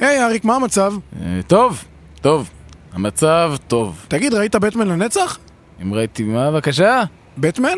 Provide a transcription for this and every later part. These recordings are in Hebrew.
היי אריק, מה המצב? טוב. המצב טוב. תגיד, ראית בטמן לנצח? אם ראיתי מה, בבקשה? בטמן?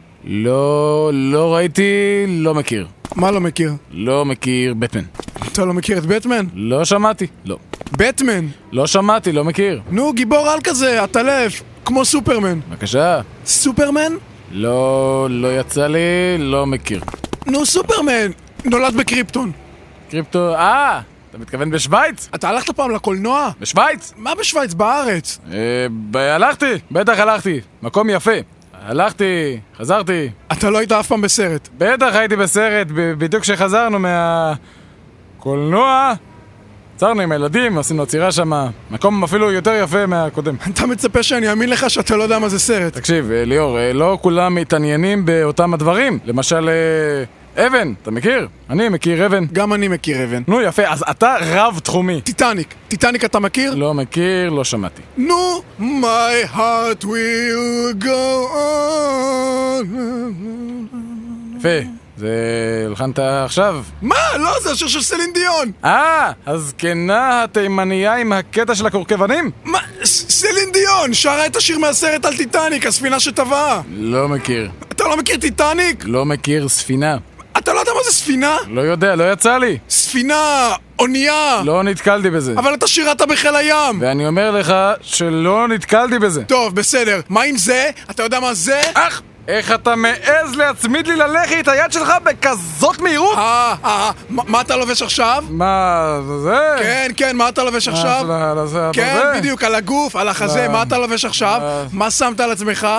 לא ראיתי, לא מכיר. מה לא מכיר? לא מכיר בטמן. אתה לא מכיר את בטמן? לא שמעתי, לא. בטמן? לא שמעתי, לא מכיר. נו, גיבור על כזה, עטלף, כמו סופרמן. בבקשה. סופרמן? לא יצא לי, לא מכיר. נו, סופרמן, נולד בקריפטון. קריפטו, אתה מתכוון בשוויץ? אתה הלכת פעם לקולנוע? בשוויץ? מה בשוויץ? בארץ? בטח הלכתי, מקום יפה. הלכתי, חזרתי. אתה לא היית אף פעם בסרט? בטח הייתי בסרט, בדיוק כשחזרנו מהקולנוע. עצרנו עם הילדים, עשינו עצירה שם, מקום אפילו יותר יפה מהקודם. אתה מצפה שאני אאמין לך שאתה לא יודע מה זה סרט? תקשיב, ליאור, לא כולם מתעניינים באותם הדברים. למשל, אבן, אתה מכיר? אני מכיר אבן. גם אני מכיר אבן. נו יפה, אז אתה רב תחומי. טיטניק אתה מכיר? לא מכיר, לא שמעתי. נו, my heart will go on. יפה, זה הלחנת עכשיו? מה? לא, זה השיר של סלין דיון. הזקנה התימניה עם הקטע של הקורקבנים? מה? סלין דיון שרה את השיר מהסרט על טיטניק, הספינה שטבעה. לא מכיר. אתה לא מכיר טיטניק? לא מכיר ספינה. אתה לא יודע מה זה ספינה? לא יודע, לא יצא לי. ספינה, אונייה. לא נתקלתי בזה. אבל אתה שירת בחיל הים. ואני אומר לך שלא נתקלתי בזה. טוב, בסדר. מה עם זה? אתה יודע מה זה? איך אתה מעז להצמיד לי ללחי את היד שלך בכזאת מהירות? מה אתה לובש עכשיו? מה, זה? כן, מה אתה לובש עכשיו? כן, בדיוק, על הגוף, על החזה, מה אתה לובש עכשיו? מה שמת על עצמך?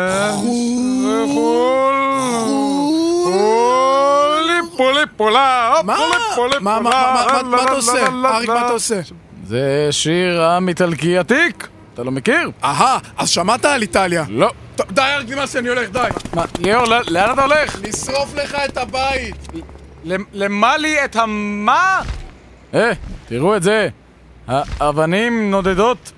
פולה. מה אתה עושה? אריק, מה אתה עושה? זה שיר עם איטלקי עתיק, אתה לא מכיר? אז שמעת על איטליה? לא. די אריק, נמאס לי, אני הולך, די. מה, ליאור, לאן אתה הולך? לשרוף לך את הבית. למה לי את המה? תראו את זה, האבנים נודדות